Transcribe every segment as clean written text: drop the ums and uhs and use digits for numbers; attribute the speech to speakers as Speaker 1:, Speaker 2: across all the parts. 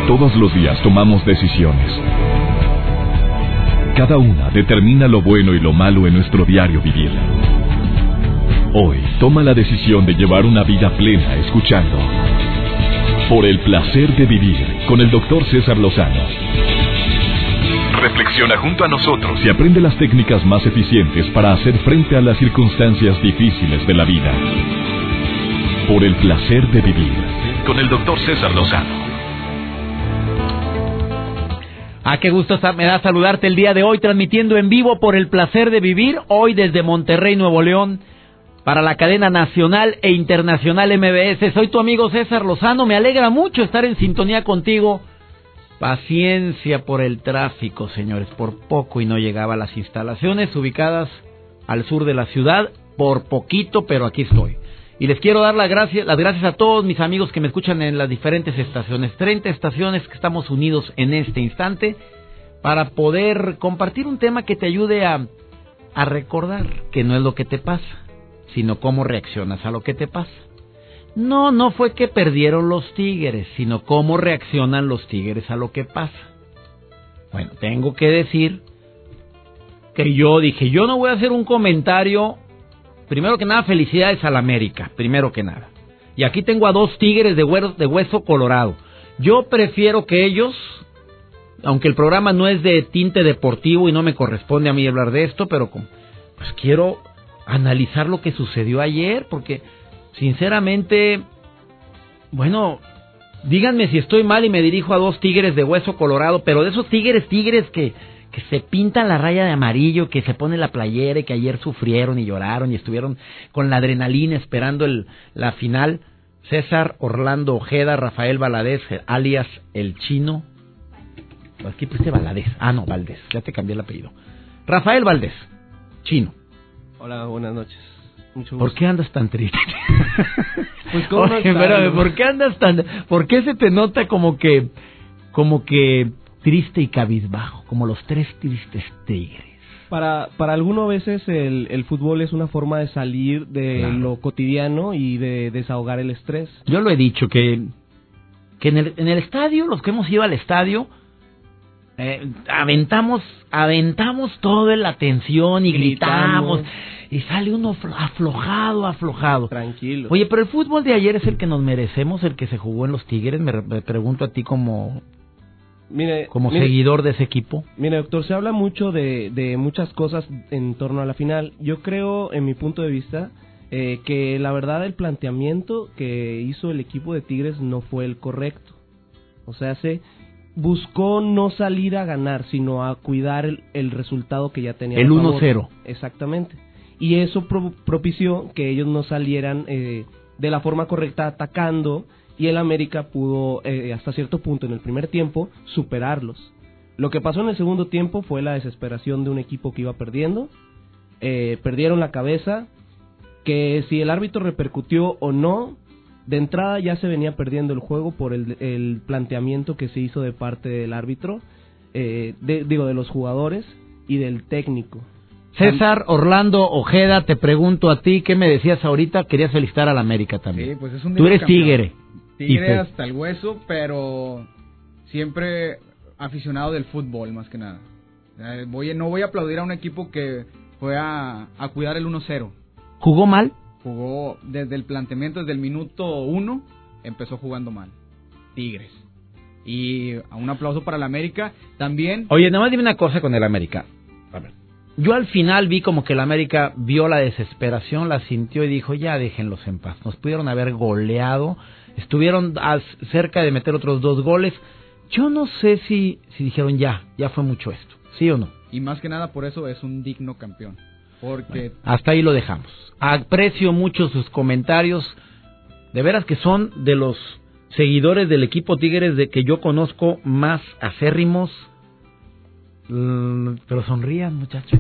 Speaker 1: Todos los días tomamos decisiones. Cada una determina lo bueno y lo malo en nuestro diario vivir. Hoy toma la decisión de llevar una vida plena escuchando Por el placer de vivir con el Dr. César Lozano. Reflexiona junto a nosotros y aprende las técnicas más eficientes para hacer frente a las circunstancias difíciles de la vida. Por el placer de vivir con el Dr. César Lozano.
Speaker 2: Qué gusto me da saludarte el día de hoy, transmitiendo en vivo Por el placer de vivir, hoy desde Monterrey, Nuevo León, para la cadena nacional e internacional MBS. Soy tu amigo César Lozano, me alegra mucho estar en sintonía contigo. Paciencia por el tráfico, señores, por poco y no llegaba a las instalaciones ubicadas al sur de la ciudad, por poquito, pero aquí estoy. Y les quiero dar las gracias a todos mis amigos que me escuchan en las diferentes estaciones, 30 estaciones que estamos unidos en este instante, para poder compartir un tema que te ayude a recordar que no es lo que te pasa, sino cómo reaccionas a lo que te pasa. No fue que perdieron los Tigres, sino cómo reaccionan los Tigres a lo que pasa. Bueno, tengo que decir que yo dije, yo no voy a hacer un comentario. Primero que nada, felicidades al América, primero que nada. Y aquí tengo a dos Tigres de hueso colorado. Yo prefiero que ellos, aunque el programa no es de tinte deportivo y no me corresponde a mí hablar de esto, pero pues quiero analizar lo que sucedió ayer, porque sinceramente, bueno, díganme si estoy mal y me dirijo a dos Tigres de hueso colorado, pero de esos tigres que se pintan la raya de amarillo, que se pone la playera y que ayer sufrieron y lloraron y estuvieron con la adrenalina esperando la final. César Orlando Ojeda, Rafael Valadez, alias El Chino. Aquí puse Valadez. No, Valdés, ya te cambié el apellido. Rafael Valdés, Chino.
Speaker 3: Hola, buenas noches. Mucho gusto.
Speaker 2: ¿Por qué andas tan triste?
Speaker 3: Pues cómo no
Speaker 2: espérame, ¿por qué andas por qué se te nota como que triste y cabizbajo, como los tres tristes tigres?
Speaker 3: Para algunas veces el fútbol es una forma de salir de lo cotidiano y de desahogar el estrés.
Speaker 2: Yo lo he dicho que en el estadio, los que hemos ido al estadio, aventamos toda la tensión y gritamos y sale uno aflojado.
Speaker 3: Tranquilo.
Speaker 2: Oye, pero el fútbol de ayer es el que nos merecemos, el que se jugó en los Tigres. Me pregunto a ti como seguidor de ese equipo.
Speaker 3: Mire, doctor, se habla mucho de muchas cosas en torno a la final. Yo creo, en mi punto de vista, que la verdad el planteamiento que hizo el equipo de Tigres no fue el correcto. O sea, se buscó no salir a ganar, sino a cuidar el resultado que ya tenía.
Speaker 2: El 1-0.
Speaker 3: Exactamente. Y eso propició que ellos no salieran de la forma correcta atacando, y el América pudo, hasta cierto punto en el primer tiempo, superarlos. Lo que pasó en el segundo tiempo fue la desesperación de un equipo que iba perdiendo. Perdieron la cabeza, que si el árbitro repercutió o no, de entrada ya se venía perdiendo el juego por el planteamiento que se hizo de parte del árbitro, de los jugadores y del técnico.
Speaker 2: César Orlando Ojeda, te pregunto a ti, ¿qué me decías ahorita? Querías felicitar al América también.
Speaker 4: Sí, pues es un
Speaker 2: Tú eres
Speaker 4: campeón.
Speaker 2: tigre.
Speaker 4: Tigre hasta el hueso, pero siempre aficionado del fútbol, más que nada. No voy a aplaudir a un equipo que fue a cuidar el 1-0.
Speaker 2: ¿Jugó mal?
Speaker 4: Jugó desde el planteamiento, desde el minuto 1, empezó jugando mal. Tigres. Y un aplauso para el América también.
Speaker 2: Oye, nada más dime una cosa con el América. A ver. Yo al final vi como que el América vio la desesperación, la sintió y dijo, ya déjenlos en paz. Nos pudieron haber goleado, estuvieron cerca de meter otros 2 goles. Yo no sé si dijeron ya fue mucho esto, ¿sí o no?
Speaker 4: Y más que nada por eso es un digno campeón. Porque
Speaker 2: hasta ahí lo dejamos. Aprecio mucho sus comentarios. De veras que son de los seguidores del equipo Tigres de que yo conozco más acérrimos. Pero sonrían, muchachos.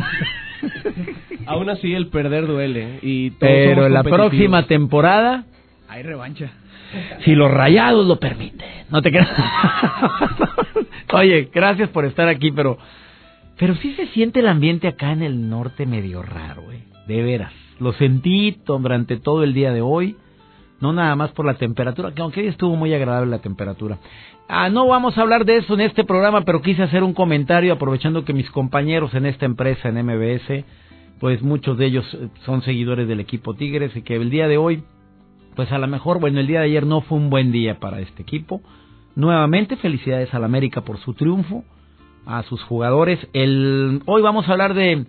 Speaker 3: Aún así el perder duele.
Speaker 2: Pero en la próxima temporada
Speaker 4: hay revancha.
Speaker 2: Si los Rayados lo permiten. No te creas. Oye, gracias por estar aquí, pero sí se siente el ambiente acá en el norte medio raro, de veras. Lo sentí durante todo el día de hoy. no nada más por la temperatura, que aunque hoy estuvo muy agradable la temperatura. No vamos a hablar de eso en este programa, pero quise hacer un comentario aprovechando que mis compañeros en esta empresa, en MBS, pues muchos de ellos son seguidores del equipo Tigres y que el día de hoy, pues a lo mejor, el día de ayer no fue un buen día para este equipo. Nuevamente, felicidades al América por su triunfo, a sus jugadores. Hoy vamos a hablar de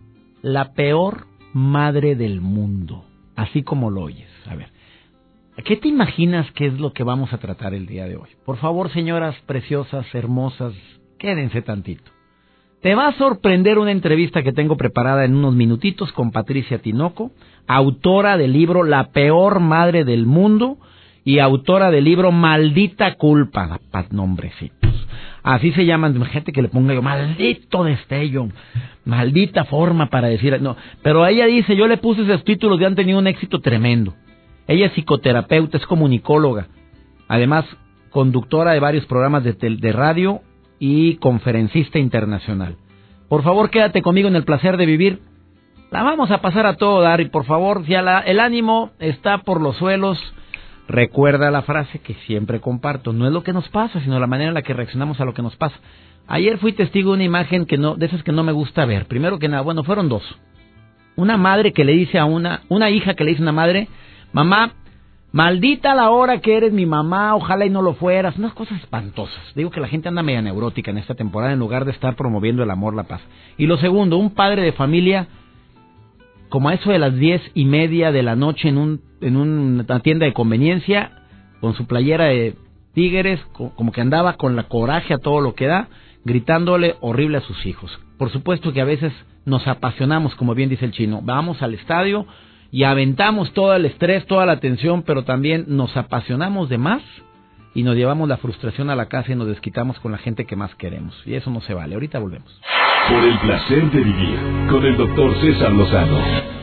Speaker 2: la peor madre del mundo, así como lo oyes. A ver, ¿qué te imaginas que es lo que vamos a tratar el día de hoy? Por favor, señoras preciosas, hermosas, quédense tantito. Te va a sorprender una entrevista que tengo preparada en unos minutitos con Patricia Tinoco, autora del libro La peor madre del mundo y autora del libro Maldita culpa, nombrecitos. Así se llaman, gente que le ponga yo, maldito destello, maldita forma para decir, no, pero ella dice, yo le puse esos títulos y han tenido un éxito tremendo. Ella es psicoterapeuta, es comunicóloga, además conductora de varios programas de radio y conferencista internacional. Por favor, quédate conmigo en el placer de vivir. La vamos a pasar a todo dar y por favor, si el ánimo está por los suelos, recuerda la frase que siempre comparto, no es lo que nos pasa, sino la manera en la que reaccionamos a lo que nos pasa. Ayer fui testigo de una imagen de esas que no me gusta ver. Primero que nada, fueron dos. Una madre que le dice a una hija que le dice a una madre, mamá, maldita la hora que eres mi mamá, ojalá y no lo fueras. Unas cosas espantosas. Digo que la gente anda media neurótica en esta temporada en lugar de estar promoviendo el amor, la paz. Y lo segundo, un padre de familia, como a eso de las 10:30 de la noche en una tienda de conveniencia, con su playera de Tigres, como que andaba con la coraje a todo lo que da, gritándole horrible a sus hijos. Por supuesto que a veces nos apasionamos, como bien dice el chino, vamos al estadio y aventamos todo el estrés, toda la tensión, pero también nos apasionamos de más y nos llevamos la frustración a la casa y nos desquitamos con la gente que más queremos. Y eso no se vale. Ahorita volvemos.
Speaker 1: Por el placer de vivir con el Dr. César Lozano.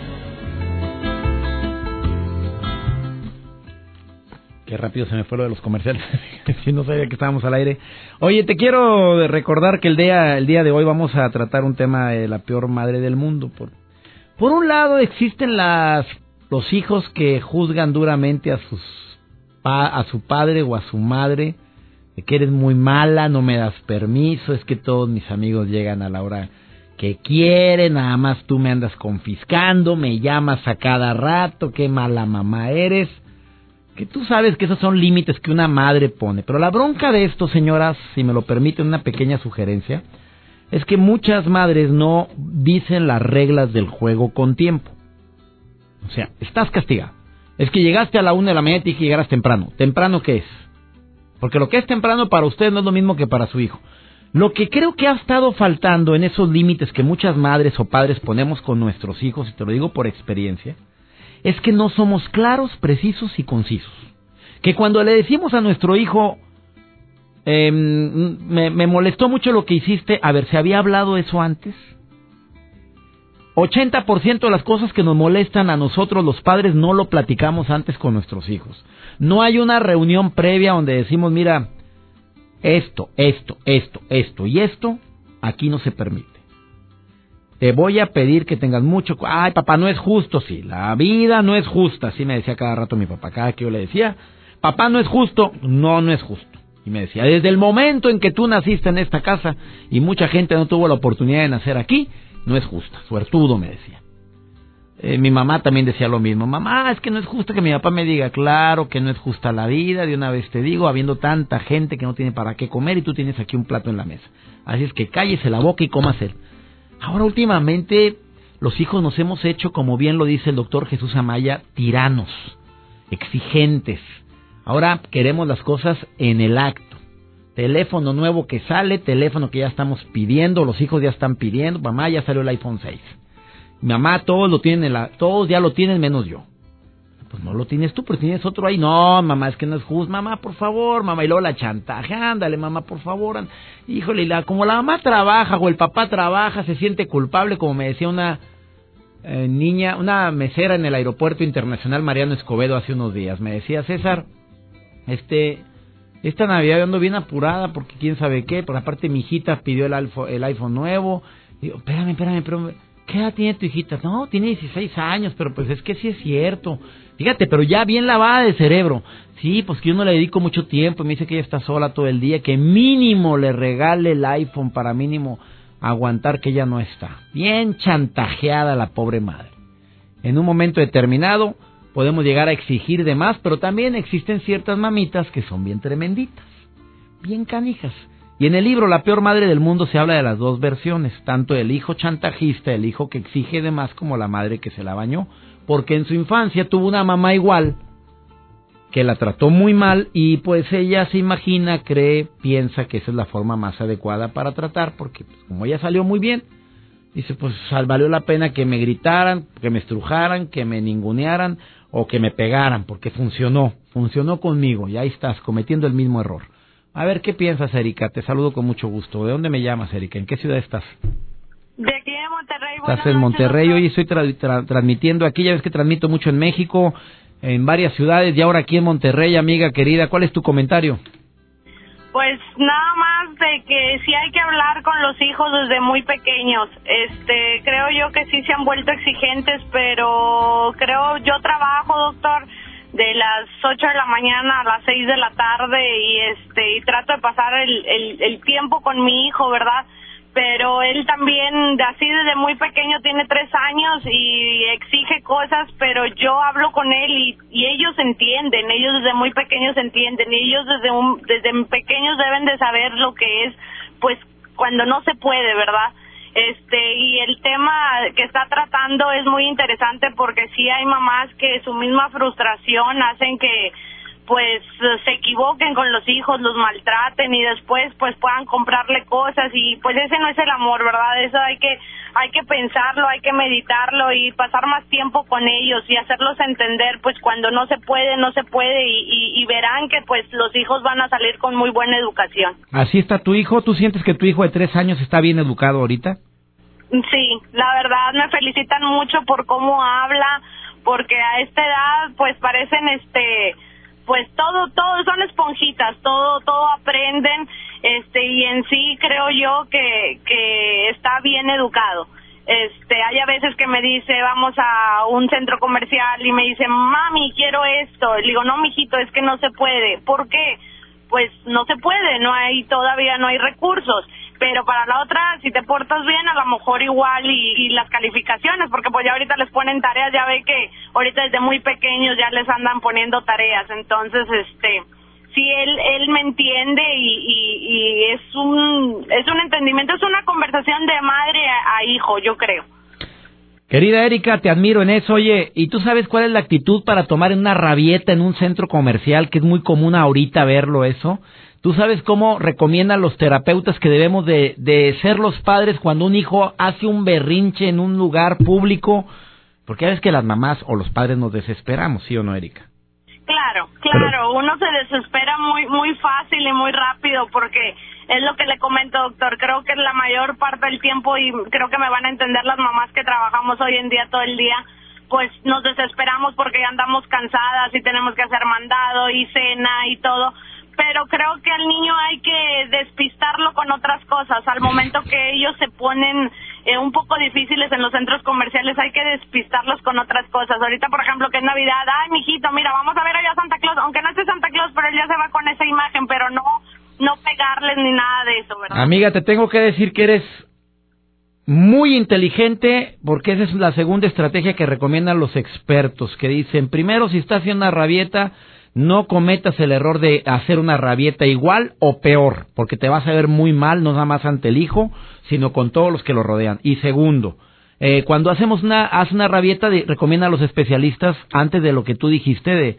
Speaker 2: Qué rápido se me fue lo de los comerciales. Si no sabía que estábamos al aire. Oye, te quiero recordar que el día de hoy vamos a tratar un tema de la peor madre del mundo. Por un lado existen los hijos que juzgan duramente a su padre o a su madre, de que eres muy mala, no me das permiso, es que todos mis amigos llegan a la hora que quieren, nada más tú me andas confiscando, me llamas a cada rato, qué mala mamá eres. Que tú sabes que esos son límites que una madre pone. Pero la bronca de esto, señoras, si me lo permiten, una pequeña sugerencia, es que muchas madres no dicen las reglas del juego con tiempo. O sea, estás castigada. Es que llegaste a la 1 de la mañana y que llegaras temprano. ¿Temprano qué es? Porque lo que es temprano para usted no es lo mismo que para su hijo. Lo que creo que ha estado faltando en esos límites que muchas madres o padres ponemos con nuestros hijos, y te lo digo por experiencia, es que no somos claros, precisos y concisos. Que cuando le decimos a nuestro hijo, me molestó mucho lo que hiciste, a ver, ¿se había hablado eso antes? 80% de las cosas que nos molestan a nosotros los padres no lo platicamos antes con nuestros hijos. No hay una reunión previa donde decimos, mira, esto y esto, aquí no se permite. Te voy a pedir que tengas mucho... Ay, papá, no es justo, sí. La vida no es justa. Así me decía cada rato mi papá. Cada que yo le decía, papá, no es justo. No, no es justo. Y me decía, desde el momento en que tú naciste en esta casa y mucha gente no tuvo la oportunidad de nacer aquí, no es justa. Suertudo, me decía. Mi mamá también decía lo mismo. Mamá, es que no es justo que mi papá me diga, claro que no es justa la vida, de una vez te digo, habiendo tanta gente que no tiene para qué comer y tú tienes aquí un plato en la mesa. Así es que cállese la boca y cómase. Ahora últimamente los hijos nos hemos hecho, como bien lo dice el doctor Jesús Amaya, tiranos, exigentes. Ahora queremos las cosas en el acto. Teléfono nuevo que sale, teléfono que ya estamos pidiendo, los hijos ya están pidiendo, mamá ya salió el iPhone 6. Mamá, todos ya lo tienen menos yo. Pues no lo tienes tú, pero tienes otro ahí. No, mamá, es que no es justo. Mamá, por favor, mamá. Y luego la chantaje, ándale, mamá, por favor. Híjole, como la mamá trabaja o el papá trabaja, se siente culpable, como me decía una niña, una mesera en el aeropuerto internacional Mariano Escobedo hace unos días. Me decía, César, esta Navidad yo ando bien apurada porque quién sabe qué. Por aparte mi hijita pidió el iPhone nuevo. Digo, espérame. ¿Qué edad tiene tu hijita? No, tiene 16 años, pero pues es que sí es cierto. Fíjate, pero ya bien lavada de cerebro. Sí, pues que yo no le dedico mucho tiempo, y me dice que ella está sola todo el día, que mínimo le regale el iPhone para mínimo aguantar que ella no está. Bien chantajeada la pobre madre. En un momento determinado podemos llegar a exigir de más, pero también existen ciertas mamitas que son bien tremenditas, bien canijas. Y en el libro La peor madre del mundo se habla de las dos versiones, tanto el hijo chantajista, el hijo que exige de más, como la madre que se la bañó, porque en su infancia tuvo una mamá igual, que la trató muy mal, y pues ella se imagina, cree, piensa que esa es la forma más adecuada para tratar, porque pues, como ella salió muy bien, dice, pues valió la pena que me gritaran, que me estrujaran, que me ningunearan o que me pegaran, porque funcionó conmigo, y ahí estás, cometiendo el mismo error. A ver, ¿qué piensas, Erika? Te saludo con mucho gusto. ¿De dónde me llamas, Erika? ¿En qué ciudad estás?
Speaker 5: De aquí de Monterrey.
Speaker 2: Estás en Monterrey. Hoy estoy transmitiendo aquí, ya ves que transmito mucho en México, en varias ciudades, y ahora aquí en Monterrey, amiga querida. ¿Cuál es tu comentario?
Speaker 5: Pues nada más de que sí hay que hablar con los hijos desde muy pequeños. Creo yo que sí se han vuelto exigentes, pero yo trabajo, doctor, de las 8 de la mañana a las 6 de la tarde, y trato de pasar el tiempo con mi hijo, ¿verdad? Pero él también, así desde muy pequeño, tiene 3 años y exige cosas, pero yo hablo con él y ellos entienden, ellos desde muy pequeños entienden, y ellos desde pequeños deben de saber lo que es, pues, cuando no se puede, ¿verdad? Y el tema que está tratando es muy interesante, porque sí hay mamás que su misma frustración hacen que pues se equivoquen con los hijos, los maltraten y después pues puedan comprarle cosas, y pues ese no es el amor, ¿verdad? Eso hay que pensarlo, hay que meditarlo y pasar más tiempo con ellos y hacerlos entender pues cuando no se puede y verán que pues los hijos van a salir con muy buena educación.
Speaker 2: ¿Así está tu hijo? ¿Tú sientes que tu hijo de 3 años está bien educado ahorita?
Speaker 5: Sí, la verdad me felicitan mucho por cómo habla, porque a esta edad pues parecen pues todo son esponjitas, todo aprenden, y en sí creo yo que está bien educado. Hay a veces que me dice, vamos a un centro comercial y me dice, mami, quiero esto. Le digo, no, mijito, es que no se puede. ¿Por qué? Pues no se puede, todavía no hay recursos. Pero para la otra, si te portas bien, a lo mejor igual, y las calificaciones, porque pues ya ahorita les ponen tareas, ya ve que ahorita desde muy pequeños ya les andan poniendo tareas. Entonces, sí, él me entiende, y es un entendimiento, es una conversación de madre a hijo, yo creo.
Speaker 2: Querida Erika, te admiro en eso. Oye, ¿y tú sabes cuál es la actitud para tomar una rabieta en un centro comercial, que es muy común ahorita verlo eso? ¿Tú sabes cómo recomiendan los terapeutas que debemos de ser los padres cuando un hijo hace un berrinche en un lugar público? Porque ya ves que las mamás o los padres nos desesperamos, ¿sí o no, Erika?
Speaker 5: Claro, uno se desespera muy fácil y muy rápido, porque es lo que le comento, doctor, creo que es la mayor parte del tiempo, y creo que me van a entender las mamás que trabajamos hoy en día todo el día, pues nos desesperamos porque ya andamos cansadas y tenemos que hacer mandado y cena y todo. Pero creo que al niño hay que despistarlo con otras cosas. Al momento que ellos se ponen un poco difíciles en los centros comerciales, hay que despistarlos con otras cosas. Ahorita, por ejemplo, que es Navidad, ay, mijito, mira, vamos a ver allá a Santa Claus, aunque no esté Santa Claus, pero él ya se va con esa imagen, pero no pegarles ni nada de eso, ¿verdad?
Speaker 2: Amiga, te tengo que decir que eres muy inteligente, porque esa es la segunda estrategia que recomiendan los expertos, que dicen, primero, si estás haciendo una rabieta, no cometas el error de hacer una rabieta igual o peor, porque te vas a ver muy mal, no nada más ante el hijo, sino con todos los que lo rodean. Y segundo, cuando haz una rabieta, recomiendan a los especialistas, antes de lo que tú dijiste,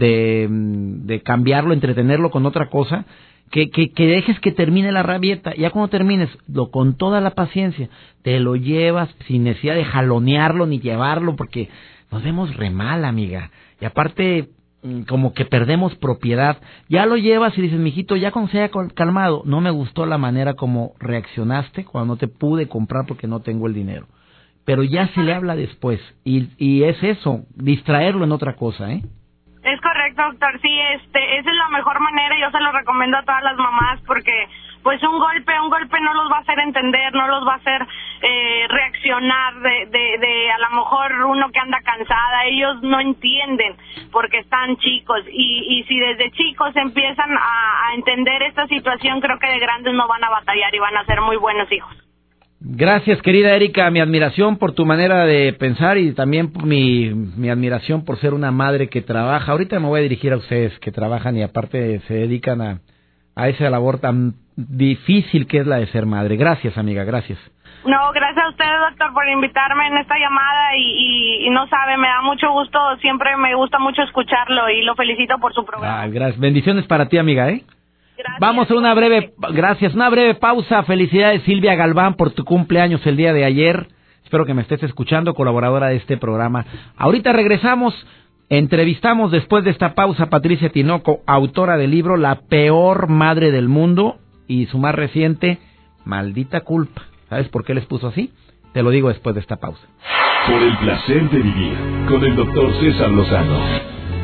Speaker 2: de cambiarlo, entretenerlo con otra cosa, que dejes que termine la rabieta. Ya cuando termines, con toda la paciencia, te lo llevas sin necesidad de jalonearlo ni llevarlo, porque nos vemos re mal, amiga. Y aparte, como que perdemos propiedad. Ya lo llevas y dices, mijito, ya cuando se haya calmado, no me gustó la manera como reaccionaste cuando no te pude comprar porque no tengo el dinero. Pero ya se le habla después, y es eso, distraerlo en otra cosa, ¿eh?
Speaker 5: Es correcto, doctor. Sí, esa es la mejor manera. Yo se lo recomiendo a todas las mamás porque, pues, un golpe no los va a hacer entender, no los va a hacer reaccionar de a lo mejor uno que anda cansada. Ellos no entienden porque están chicos y si desde chicos empiezan a entender esta situación, creo que de grandes no van a batallar y van a ser muy buenos hijos.
Speaker 2: Gracias, querida Erika, mi admiración por tu manera de pensar y también mi admiración por ser una madre que trabaja. Ahorita me voy a dirigir a ustedes que trabajan y aparte se dedican a esa labor tan difícil que es la de ser madre. Gracias, amiga, gracias.
Speaker 5: No, gracias a usted, doctor, por invitarme en esta llamada y no sabe, me da mucho gusto, siempre me gusta mucho escucharlo y lo felicito por su programa.
Speaker 2: Gracias. Bendiciones para ti, amiga, ¿eh?
Speaker 5: Gracias.
Speaker 2: Vamos a una breve pausa. Felicidades, Silvia Galván, por tu cumpleaños el día de ayer. Espero que me estés escuchando, colaboradora de este programa. Ahorita regresamos, entrevistamos después de esta pausa a Patricia Tinoco, autora del libro La peor madre del mundo y su más reciente, Maldita culpa. ¿Sabes por qué les puso así? Te lo digo después de esta pausa.
Speaker 1: Por el placer de vivir con el doctor César Lozano.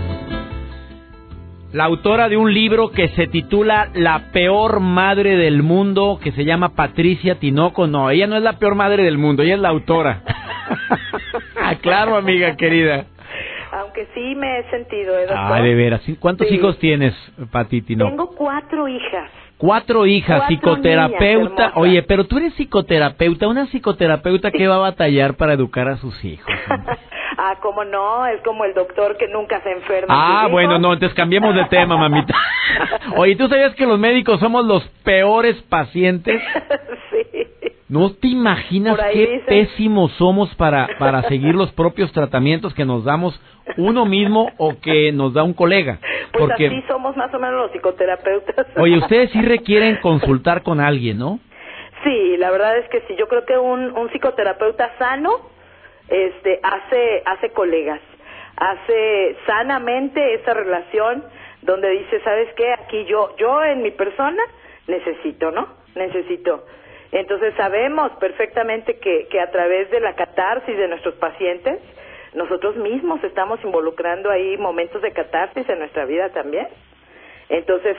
Speaker 2: La autora de un libro que se titula La peor madre del mundo, que se llama Patricia Tinoco. No, ella no es la peor madre del mundo, ella es la autora. Claro, amiga querida.
Speaker 6: Aunque sí me he sentido, doctor.
Speaker 2: Ah, de veras. ¿Cuántos hijos tienes, Pati Tinoco?
Speaker 6: Tengo 4 hijas.
Speaker 2: 4 hijas,
Speaker 6: 4
Speaker 2: psicoterapeuta.
Speaker 6: niñas,
Speaker 2: Oye, pero tú eres psicoterapeuta, una psicoterapeuta que va a batallar para educar a sus hijos.
Speaker 6: ¿Cómo no? Es como el doctor que nunca se enferma.
Speaker 2: Bueno, no, entonces cambiemos de tema, mamita. Oye, ¿tú sabías que los médicos somos los peores pacientes?
Speaker 6: Sí.
Speaker 2: ¿No te imaginas qué
Speaker 6: dicen...
Speaker 2: pésimos somos para seguir los propios tratamientos que nos damos uno mismo o que nos da un colega?
Speaker 6: Pues
Speaker 2: porque
Speaker 6: así somos más o menos los psicoterapeutas.
Speaker 2: Oye, ustedes sí requieren consultar con alguien, ¿no?
Speaker 6: Sí, la verdad es que sí. Yo creo que un psicoterapeuta sano hace colegas, hace sanamente esa relación donde dice, ¿sabes qué? Aquí yo en mi persona necesito. Entonces sabemos perfectamente que a través de la catarsis de nuestros pacientes, nosotros mismos estamos involucrando ahí momentos de catarsis en nuestra vida también. Entonces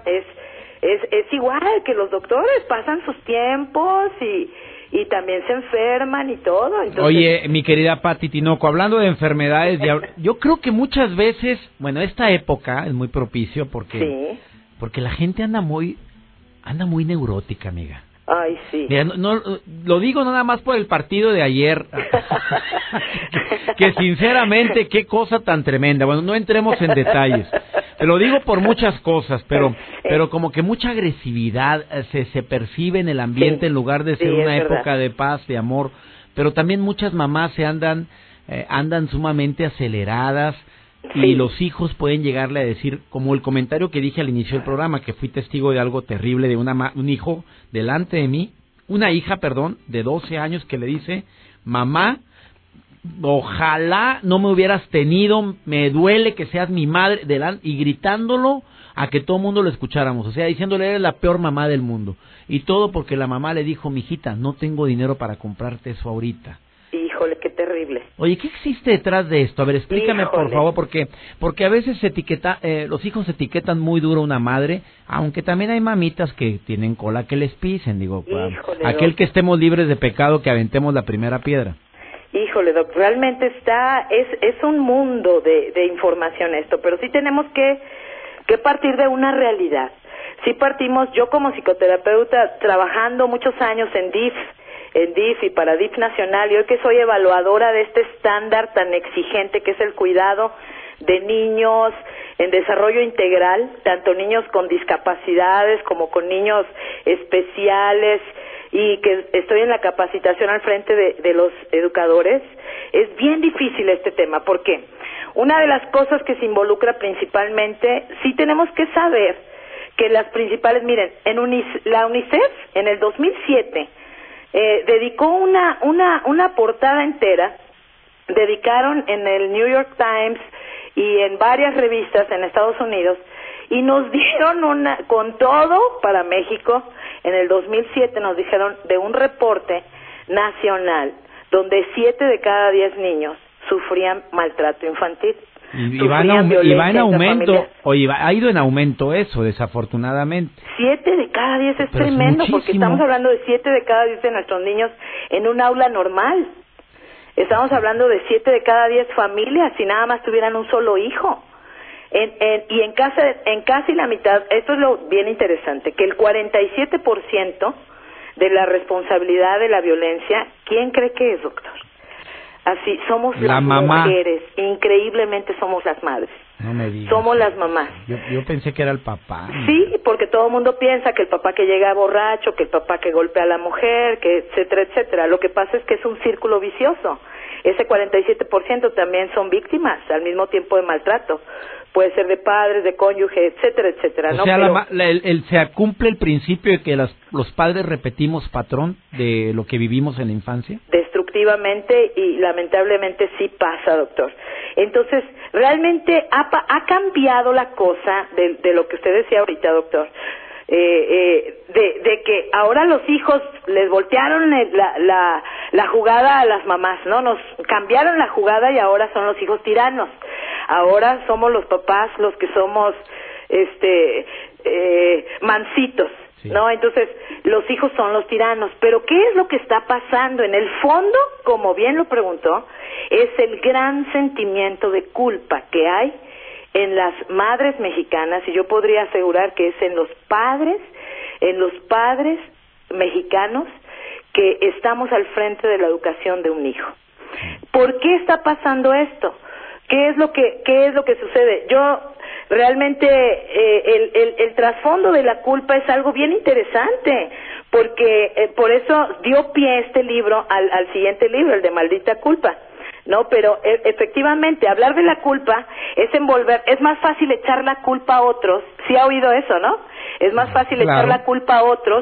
Speaker 6: es igual que los doctores, pasan sus tiempos y también se enferman y todo. Entonces...
Speaker 2: Oye, mi querida Pati Tinoco, hablando de enfermedades, yo creo que muchas veces, bueno, esta época es muy propicio porque la gente anda muy neurótica, amiga.
Speaker 6: Ay, sí.
Speaker 2: Mira, no, lo digo no nada más por el partido de ayer, que sinceramente, qué cosa tan tremenda. Bueno, no entremos en detalles. Te lo digo por muchas cosas, pero como que mucha agresividad se percibe en el ambiente en lugar de ser una época de paz, de amor. Pero también muchas mamás se andan sumamente aceleradas. Y los hijos pueden llegarle a decir, como el comentario que dije al inicio del programa, que fui testigo de algo terrible de un hijo delante de mí, una hija, de 12 años que le dice, mamá, ojalá no me hubieras tenido, me duele que seas mi madre, y gritándolo a que todo el mundo lo escucháramos, o sea, diciéndole, eres la peor mamá del mundo, y todo porque la mamá le dijo, mijita, no tengo dinero para comprarte eso ahorita.
Speaker 6: Híjole, qué terrible.
Speaker 2: Oye, ¿qué existe detrás de esto? A ver, explícame, por favor, porque a veces los hijos etiquetan muy duro a una madre, aunque también hay mamitas que tienen cola que les pisen, digo, aquel que estemos libres de pecado, que aventemos la primera piedra.
Speaker 6: Híjole, Doc, realmente es un mundo de información esto, pero sí tenemos que partir de una realidad. Sí partimos, yo como psicoterapeuta, trabajando muchos años en DIF y para DIF Nacional, y hoy que soy evaluadora de este estándar tan exigente que es el cuidado de niños en desarrollo integral, tanto niños con discapacidades como con niños especiales, y que estoy en la capacitación al frente de los educadores, es bien difícil este tema. ¿Por qué? Una de las cosas que se involucra principalmente, sí tenemos que saber que las principales, miren, la UNICEF en el 2007 dedicó una portada entera, dedicaron en el New York Times y en varias revistas en Estados Unidos, y nos dieron con todo para México, en el 2007 nos dijeron de un reporte nacional donde 7 de cada 10 niños sufrían maltrato infantil.
Speaker 2: Y va en aumento, ha ido en aumento eso, desafortunadamente.
Speaker 6: 7 de cada 10 es
Speaker 2: Pero
Speaker 6: tremendo,
Speaker 2: es
Speaker 6: porque
Speaker 2: muchísimo.
Speaker 6: estamos hablando de 7 de cada 10 de nuestros niños en un aula normal. Estamos hablando de 7 de cada 10 familias si nada más tuvieran un solo hijo. Y en casi la mitad, esto es lo bien interesante, que el 47% de la responsabilidad de la violencia, ¿quién cree que es, doctor? Así, somos
Speaker 2: La
Speaker 6: las
Speaker 2: mamá.
Speaker 6: mujeres, increíblemente somos las madres.
Speaker 2: No me digas.
Speaker 6: Somos las mamás.
Speaker 2: Yo pensé que era el papá.
Speaker 6: Sí, porque todo el mundo piensa que el papá que llega borracho, que el papá que golpea a la mujer, que etcétera, etcétera. Lo que pasa es que es un círculo vicioso. Ese 47% también son víctimas al mismo tiempo de maltrato. Puede ser de padres, de cónyuge, etcétera, etcétera.
Speaker 2: O
Speaker 6: ¿no?
Speaker 2: sea,
Speaker 6: Pero
Speaker 2: se cumple el principio de que los padres repetimos patrón de lo que vivimos en la infancia.
Speaker 6: destructivamente y lamentablemente sí pasa, doctor. Entonces, realmente ha cambiado la cosa de lo que usted decía ahorita, doctor. De que ahora los hijos les voltearon la jugada a las mamás, ¿no? Nos cambiaron la jugada y ahora son los hijos tiranos. Ahora somos los papás los que somos mansitos, sí, ¿no? Entonces, los hijos son los tiranos. Pero ¿qué es lo que está pasando? En el fondo, como bien lo preguntó, es el gran sentimiento de culpa que hay en las madres mexicanas, y yo podría asegurar que es en los padres mexicanos que estamos al frente de la educación de un hijo. ¿Por qué está pasando esto? ¿Qué es lo que sucede? Yo realmente el trasfondo de la culpa es algo bien interesante, porque por eso dio pie este libro al siguiente libro, el de Maldita Culpa. No, pero efectivamente hablar de la culpa es más fácil echar la culpa a otros. ¿Sí ha oído eso, no? Es más fácil echar la culpa a otros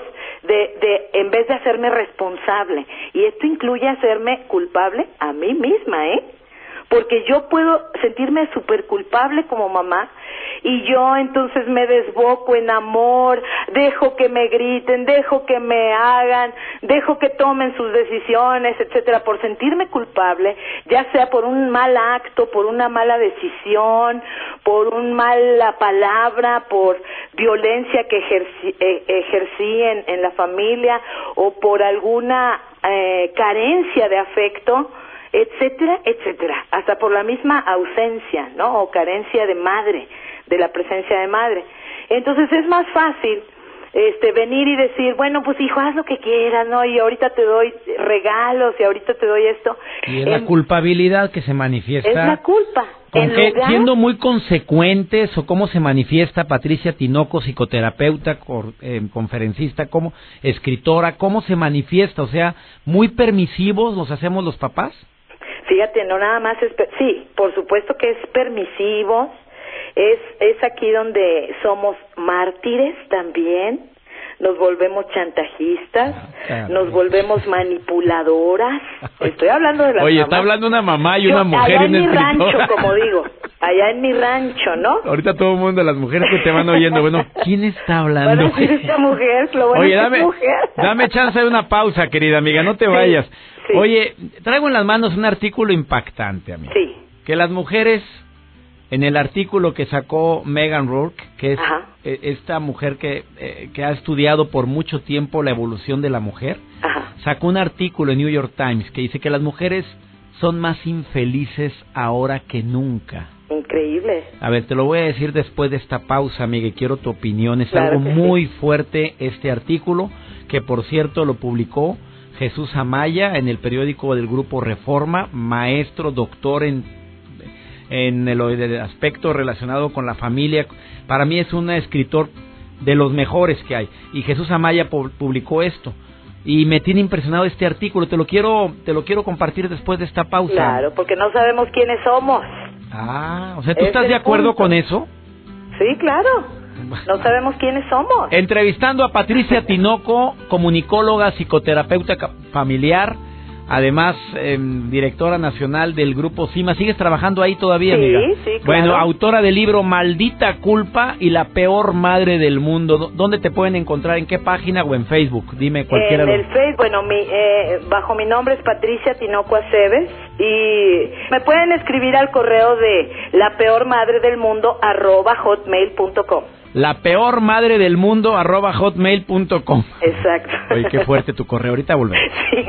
Speaker 6: en vez de hacerme responsable. Y esto incluye hacerme culpable a mí misma, porque yo puedo sentirme súper culpable como mamá y yo entonces me desboco en amor, dejo que me griten, dejo que me hagan, dejo que tomen sus decisiones, etcétera, por sentirme culpable, ya sea por un mal acto, por una mala decisión, por una mala palabra, por violencia que ejercí en la familia o por alguna carencia de afecto, etcétera, etcétera, hasta por la misma ausencia, ¿no? O carencia de madre, de la presencia de madre. Entonces es más fácil venir y decir, bueno, pues hijo, haz lo que quieras, ¿no? Y ahorita te doy regalos y ahorita te doy esto.
Speaker 2: Y es la culpabilidad que se manifiesta.
Speaker 6: Es la culpa.
Speaker 2: Siendo muy consecuentes, o cómo se manifiesta Patricia Tinoco, psicoterapeuta, conferencista, como escritora, cómo se manifiesta, o sea, muy permisivos nos hacemos los papás.
Speaker 6: Fíjate, no nada más sí, por supuesto que es permisivo, es aquí donde somos mártires también, nos volvemos chantajistas, nos volvemos manipuladoras. Estoy hablando de las
Speaker 2: Oye,
Speaker 6: mamás.
Speaker 2: Está hablando una mamá y una mujer
Speaker 6: allá
Speaker 2: y una
Speaker 6: en mi
Speaker 2: escritora.
Speaker 6: rancho, como digo, allá en mi rancho, ¿no?
Speaker 2: Ahorita todo el mundo, las mujeres que te van oyendo, bueno, ¿quién está hablando?
Speaker 6: Bueno, si esta mujer, lo bueno. Oye,
Speaker 2: es mujer. Dame chance de una pausa, querida amiga, no te vayas. Sí. Oye, traigo en las manos un artículo impactante, amiga.
Speaker 6: Sí.
Speaker 2: Que las mujeres, en el artículo que sacó Megan Rourke, que es esta mujer que ha estudiado por mucho tiempo la evolución de la mujer, sacó un artículo en New York Times que dice que las mujeres son más infelices ahora que nunca.
Speaker 6: Increíble.
Speaker 2: A ver, te lo voy a decir después de esta pausa, amiga, y quiero tu opinión. Es
Speaker 6: claro
Speaker 2: algo muy fuerte este artículo, que por cierto lo publicó Jesús Amaya en el periódico del Grupo Reforma, maestro, doctor en el aspecto relacionado con la familia. Para mí es un escritor de los mejores que hay. Y Jesús Amaya publicó esto. Y me tiene impresionado este artículo. Te lo quiero compartir después de esta pausa.
Speaker 6: Claro, porque no sabemos quiénes somos.
Speaker 2: O sea, ¿tú estás de acuerdo con eso?
Speaker 6: Sí, claro. No sabemos quiénes somos.
Speaker 2: Entrevistando a Patricia Tinoco, comunicóloga, psicoterapeuta familiar, Además, directora nacional del Grupo CIMA. ¿Sigues trabajando ahí todavía, amiga?
Speaker 6: Sí, claro.
Speaker 2: Bueno, autora del libro Maldita Culpa y la Peor Madre del Mundo. ¿Dónde te pueden encontrar? ¿En qué página o en Facebook? Dime cualquiera.
Speaker 6: En el Facebook, bueno, bajo mi nombre es Patricia Tinoco Aceves y me pueden escribir al correo de lapeormadredelmundo@hotmail.com.
Speaker 2: lapeormadredelmundo@hotmail.com.
Speaker 6: Exacto.
Speaker 2: Oye, qué fuerte tu correo. Ahorita volvemos.
Speaker 6: Sí.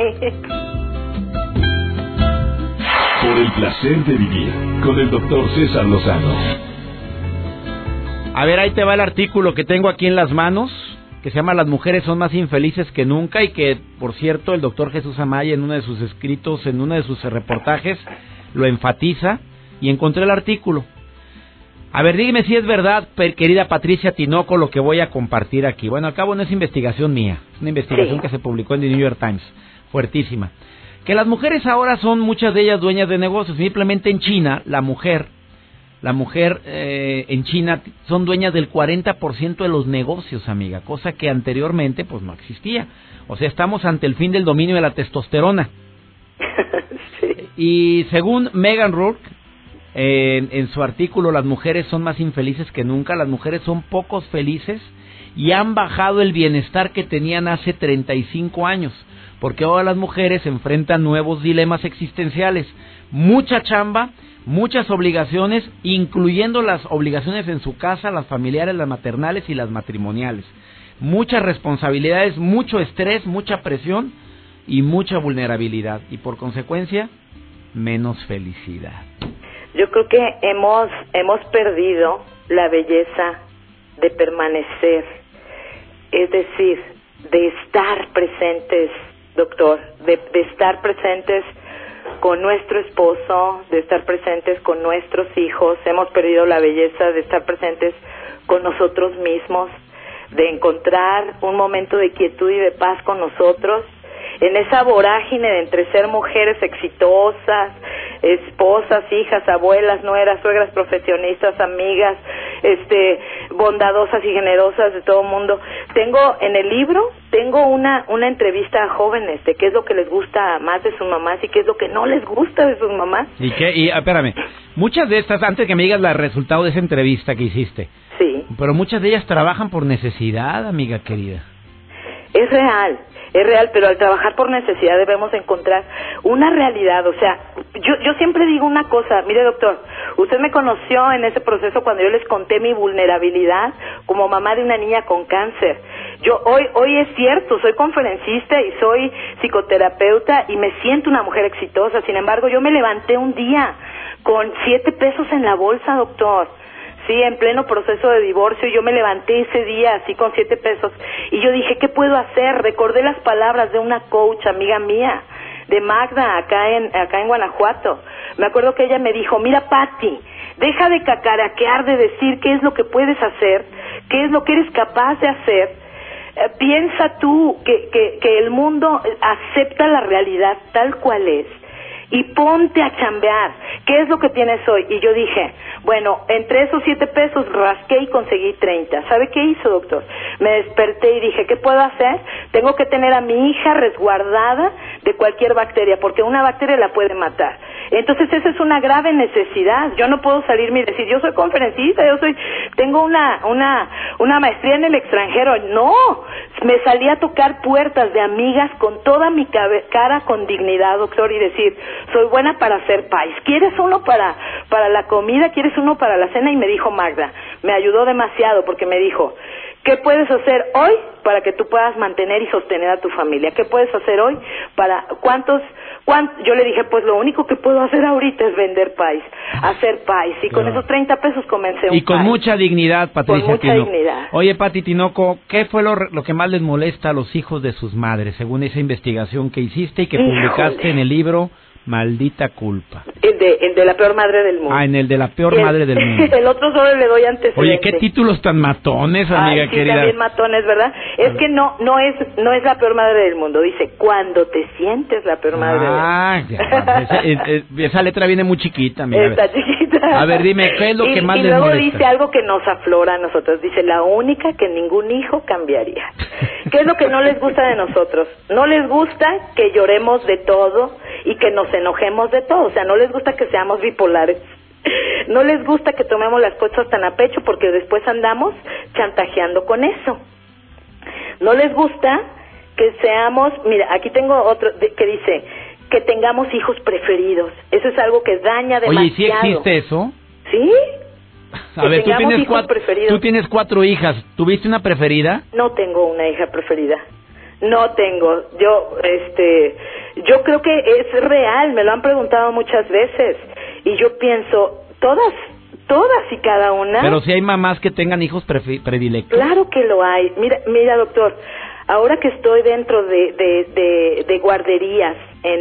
Speaker 1: Por el placer de vivir con el doctor César Lozano.
Speaker 2: A ver, ahí te va el artículo que tengo aquí en las manos, que se llama Las mujeres son más infelices que nunca, y que, por cierto, el doctor Jesús Amaya en uno de sus escritos, en uno de sus reportajes, lo enfatiza, y encontré el artículo. A ver, dígame si es verdad, querida Patricia Tinoco, lo que voy a compartir aquí. Bueno, al cabo no es investigación mía, es una investigación que se publicó en el New York Times, fuertísima. Que las mujeres ahora son, muchas de ellas, dueñas de negocios. Simplemente en China, la mujer en China son dueñas del 40% de los negocios, amiga, cosa que anteriormente pues no existía. O sea, estamos ante el fin del dominio de la testosterona. Sí. Y según Megan Rourke, en su artículo Las mujeres son más infelices que nunca, las mujeres son pocos felices y han bajado el bienestar que tenían hace 35 años. Porque ahora las mujeres enfrentan nuevos dilemas existenciales, mucha chamba, muchas obligaciones, incluyendo las obligaciones en su casa, las familiares, las maternales y las matrimoniales. Muchas responsabilidades, mucho estrés, mucha presión y mucha vulnerabilidad. Y por consecuencia, menos felicidad.
Speaker 6: Yo creo que hemos perdido la belleza de permanecer, es decir, de estar presentes, doctor, de estar presentes con nuestro esposo, de estar presentes con nuestros hijos. Hemos perdido la belleza de estar presentes con nosotros mismos, de encontrar un momento de quietud y de paz con nosotros, en esa vorágine de entre ser mujeres exitosas, esposas, hijas, abuelas, nueras, suegras, profesionistas, amigas, bondadosas y generosas de todo el mundo. Tengo en el libro una entrevista a jóvenes de qué es lo que les gusta más de sus mamás y qué es lo que no les gusta de sus mamás.
Speaker 2: Y espérame, muchas de estas, antes que me digas el resultado de esa entrevista que hiciste,
Speaker 6: sí,
Speaker 2: pero muchas de ellas trabajan por necesidad, amiga querida.
Speaker 6: Es real, pero al trabajar por necesidad debemos encontrar una realidad. O sea, yo siempre digo una cosa, mire doctor, usted me conoció en ese proceso cuando yo les conté mi vulnerabilidad como mamá de una niña con cáncer. Yo hoy es cierto, soy conferencista y soy psicoterapeuta y me siento una mujer exitosa. Sin embargo, yo me levanté un día con 7 pesos en la bolsa, doctor. Sí, en pleno proceso de divorcio, yo me levanté ese día así con 7 pesos y yo dije, ¿qué puedo hacer? Recordé las palabras de una coach, amiga mía, de Magda, acá en Guanajuato. Me acuerdo que ella me dijo, mira Pati, deja de cacaraquear, de decir qué es lo que puedes hacer, qué es lo que eres capaz de hacer. Piensa tú que el mundo acepta la realidad tal cual es. Y ponte a chambear. ¿Qué es lo que tienes hoy? Y yo dije, bueno, entre esos 7 pesos rasqué y conseguí 30. ¿Sabe qué hizo, doctor? Me desperté y dije, ¿qué puedo hacer? Tengo que tener a mi hija resguardada de cualquier bacteria, porque una bacteria la puede matar. Entonces esa es una grave necesidad. Yo no puedo salirme y decir, yo soy conferencista, tengo una maestría en el extranjero. No, me salí a tocar puertas de amigas con toda mi cara con dignidad, doctor, y decir, soy buena para hacer país. ¿Quieres uno para la comida? ¿Quieres uno para la cena? Y me dijo Magda, me ayudó demasiado porque me dijo, ¿qué puedes hacer hoy para que tú puedas mantener y sostener a tu familia? ¿Qué puedes hacer hoy para cuántos? Yo le dije, pues lo único que puedo hacer ahorita es vender país, hacer país. Y con esos 30 pesos comencé un
Speaker 2: Y con
Speaker 6: país.
Speaker 2: Mucha dignidad, Patricia
Speaker 6: Con mucha
Speaker 2: Tinoco.
Speaker 6: dignidad.
Speaker 2: Oye, Pati Tinoco, ¿qué fue lo que más les molesta a los hijos de sus madres, según esa investigación que hiciste y que publicaste en el libro Maldita culpa.
Speaker 6: El de la peor madre del mundo.
Speaker 2: Ah, en el de la peor madre del mundo.
Speaker 6: El otro solo le doy antecedentes.
Speaker 2: Oye, qué títulos tan matones, amiga
Speaker 6: sí,
Speaker 2: querida.
Speaker 6: También matones, ¿verdad? Es que no es la peor madre del mundo. Dice, cuando te sientes la peor madre del
Speaker 2: mundo. Esa letra viene muy chiquita, amiga.
Speaker 6: Está chiquita.
Speaker 2: A ver, dime, ¿qué es lo que más les molesta?
Speaker 6: Y luego dice algo que nos aflora a nosotros. Dice, la única que ningún hijo cambiaría. ¿Qué es lo que no les gusta de nosotros? No les gusta que lloremos de todo y que nos enojemos de todo. O sea, no les gusta que seamos bipolares. No les gusta que tomemos las cosas tan a pecho porque después andamos chantajeando con eso. No les gusta que seamos... Mira, aquí tengo otro que dice que tengamos hijos preferidos. Eso es algo que daña demasiado.
Speaker 2: Oye, ¿sí existe eso?
Speaker 6: ¿Sí?
Speaker 2: A ver, tú tienes 4 hijas. ¿Tuviste una preferida?
Speaker 6: No tengo una hija preferida. No tengo. Yo creo que es real. Me lo han preguntado muchas veces. Y yo pienso, todas y cada una.
Speaker 2: Pero si hay mamás que tengan hijos predilectos.
Speaker 6: Claro que lo hay. Mira, doctor, ahora que estoy dentro de guarderías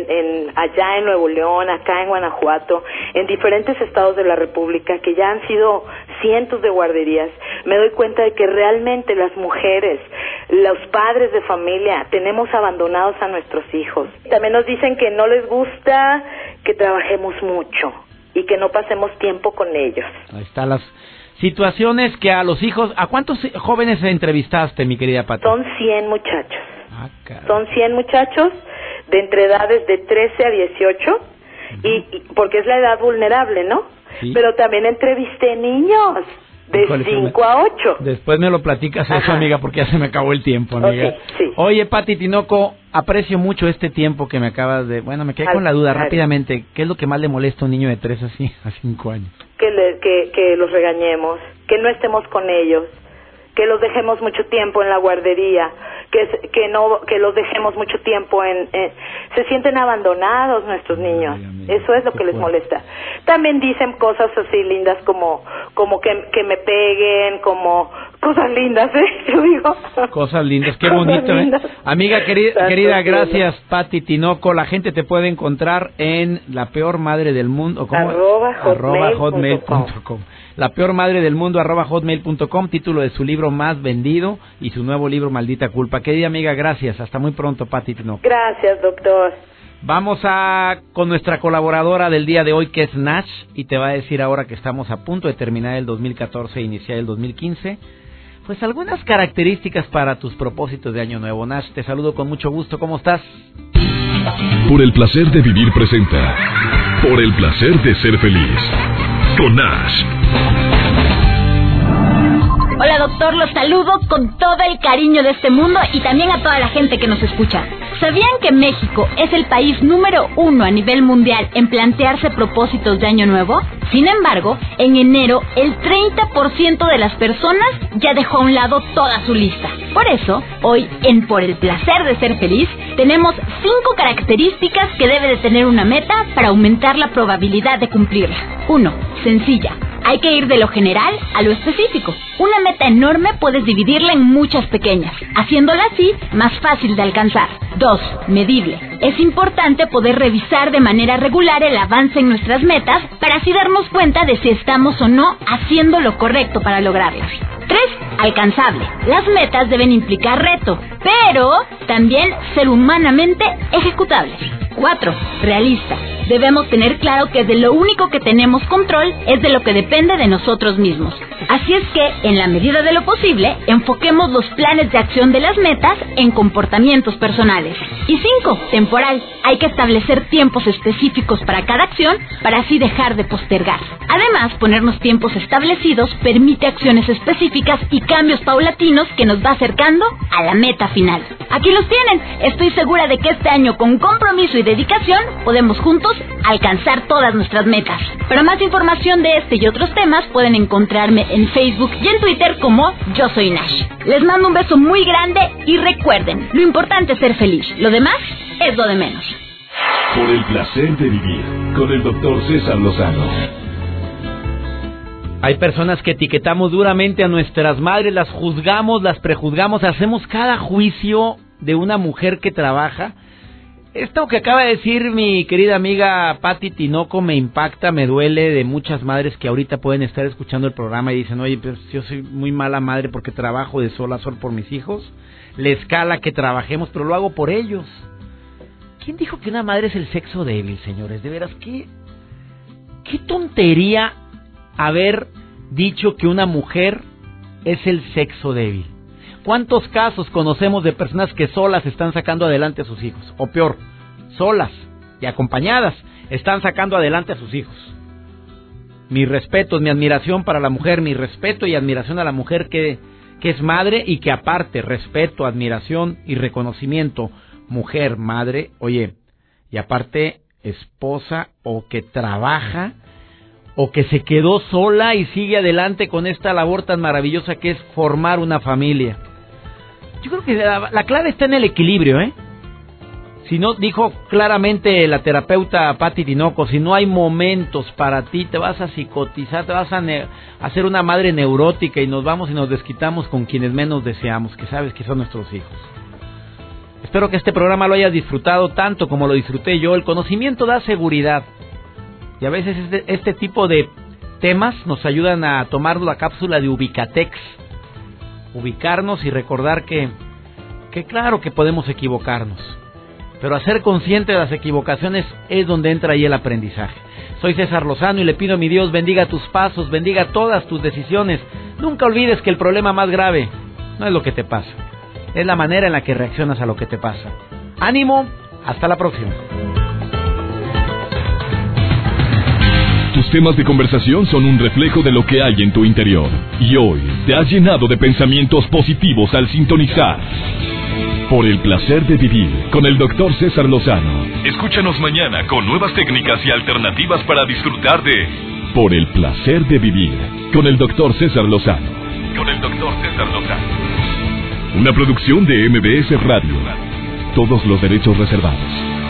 Speaker 6: allá en Nuevo León, acá en Guanajuato, en diferentes estados de la República, que ya han sido cientos de guarderías, me doy cuenta de que realmente las mujeres, los padres de familia, tenemos abandonados a nuestros hijos. También nos dicen que no les gusta que trabajemos mucho y que no pasemos tiempo con ellos.
Speaker 2: Ahí están las situaciones que a los hijos... ¿A cuántos jóvenes entrevistaste, mi querida Pati?
Speaker 6: Son 100 muchachos. Son 100 muchachos de entre edades de 13 a 18, y porque es la edad vulnerable, ¿no? Sí. Pero también entrevisté niños de 5 a 8.
Speaker 2: Después me lo platicas eso, amiga, porque ya se me acabó el tiempo, amiga.
Speaker 6: Okay, sí.
Speaker 2: Oye, Pati Tinoco, aprecio mucho este tiempo que me acabas de... Bueno, me quedé con la duda rápidamente. ¿Qué es lo que más le molesta a un niño de 3 a 5 años?
Speaker 6: Que los regañemos, que no estemos con ellos, que los dejemos mucho tiempo en la guardería, que los dejemos mucho tiempo se sienten abandonados nuestros niños. Eso es lo que les molesta. También dicen cosas así lindas como que me peguen, como cosas lindas, yo digo.
Speaker 2: Cosas lindas, qué bonito, lindas. Amiga querida, gracias, Pati Tinoco. La gente te puede encontrar en La Peor Madre del Mundo, ¿cómo? @hotmail.com. La Peor Madre del Mundo @hotmail.com, título de su libro más vendido y su nuevo libro Maldita Culpa. Querida amiga, gracias. Hasta muy pronto, Pati Tinoco.
Speaker 6: Gracias, doctor.
Speaker 2: Vamos con nuestra colaboradora del día de hoy, que es Nash, y te va a decir ahora que estamos a punto de terminar el 2014 e iniciar el 2015, pues algunas características para tus propósitos de año nuevo. Nash, te saludo con mucho gusto. ¿Cómo estás?
Speaker 1: Por el placer de vivir presenta Por el placer de ser feliz con Nash.
Speaker 7: Hola doctor, los saludo con todo el cariño de este mundo y también a toda la gente que nos escucha. ¿Sabían que México es el país número 1 a nivel mundial en plantearse propósitos de año nuevo? Sin embargo, en enero el 30% de las personas ya dejó a un lado toda su lista. Por eso, hoy en Por el placer de ser feliz, tenemos 5 características que debe de tener una meta para aumentar la probabilidad de cumplirla. 1. Sencilla. Hay que ir de lo general a lo específico. Una meta enorme puedes dividirla en muchas pequeñas, haciéndola así más fácil de alcanzar. 2. Medible. Es importante poder revisar de manera regular el avance en nuestras metas para así darnos cuenta de si estamos o no haciendo lo correcto para lograrlas. 3. Alcanzable. Las metas deben implicar reto, pero también ser humanamente ejecutables. 4. Realista. Debemos tener claro que de lo único que tenemos control es de lo que depende de nosotros mismos. Así es que, en la medida de lo posible, enfoquemos los planes de acción de las metas en comportamientos personales. Y 5. Temporal. Hay que establecer tiempos específicos para cada acción para así dejar de postergar. Además, ponernos tiempos establecidos permite acciones específicas y cambios paulatinos que nos va acercando a la meta final. Aquí los tienen. Estoy segura de que este año, con compromiso y dedicación, podemos juntos alcanzar todas nuestras metas. Para más información de este y otros temas, pueden encontrarme en Facebook y en Twitter como Yo Soy Nash. Les mando un beso muy grande y recuerden, lo importante es ser feliz. Lo demás es lo de menos.
Speaker 1: Por el placer de vivir con el doctor César Lozano.
Speaker 2: Hay personas que etiquetamos duramente a nuestras madres, las juzgamos, las prejuzgamos, hacemos cada juicio de una mujer que trabaja Esto que acaba de decir mi querida amiga Pati Tinoco me impacta, me duele de muchas madres que ahorita pueden estar escuchando el programa y dicen, oye, pues yo soy muy mala madre porque trabajo de sol a sol por mis hijos, les cala que trabajemos, pero lo hago por ellos. ¿Quién dijo que una madre es el sexo débil, señores? De veras, qué tontería haber dicho que una mujer es el sexo débil. ¿Cuántos casos conocemos de personas que solas están sacando adelante a sus hijos? O peor, solas y acompañadas están sacando adelante a sus hijos. Mi respeto, mi admiración para la mujer, mi respeto y admiración a la mujer que es madre y que aparte, respeto, admiración y reconocimiento, mujer, madre, oye, y aparte esposa o que trabaja o que se quedó sola y sigue adelante con esta labor tan maravillosa que es formar una familia. Yo creo que la clave está en el equilibrio, ¿eh? Si no, dijo claramente la terapeuta Pati Tinoco, si no hay momentos para ti, te vas a psicotizar, te vas a hacer una madre neurótica y nos vamos y nos desquitamos con quienes menos deseamos, que sabes que son nuestros hijos. Espero que este programa lo hayas disfrutado tanto como lo disfruté yo. El conocimiento da seguridad. Y a veces este tipo de temas nos ayudan a tomar la cápsula de Ubicatex. Ubicarnos y recordar que claro que podemos equivocarnos. Pero a ser consciente de las equivocaciones es donde entra ahí el aprendizaje. Soy César Lozano y le pido a mi Dios bendiga tus pasos, bendiga todas tus decisiones. Nunca olvides que el problema más grave no es lo que te pasa, es la manera en la que reaccionas a lo que te pasa. ¡Ánimo! Hasta la próxima.
Speaker 1: Tus temas de conversación son un reflejo de lo que hay en tu interior. Y hoy te has llenado de pensamientos positivos al sintonizar Por el placer de vivir con el Dr. César Lozano. Escúchanos mañana con nuevas técnicas y alternativas para disfrutar de Por el placer de vivir con el Dr. César Lozano. Una producción de MBS Radio. Todos los derechos reservados.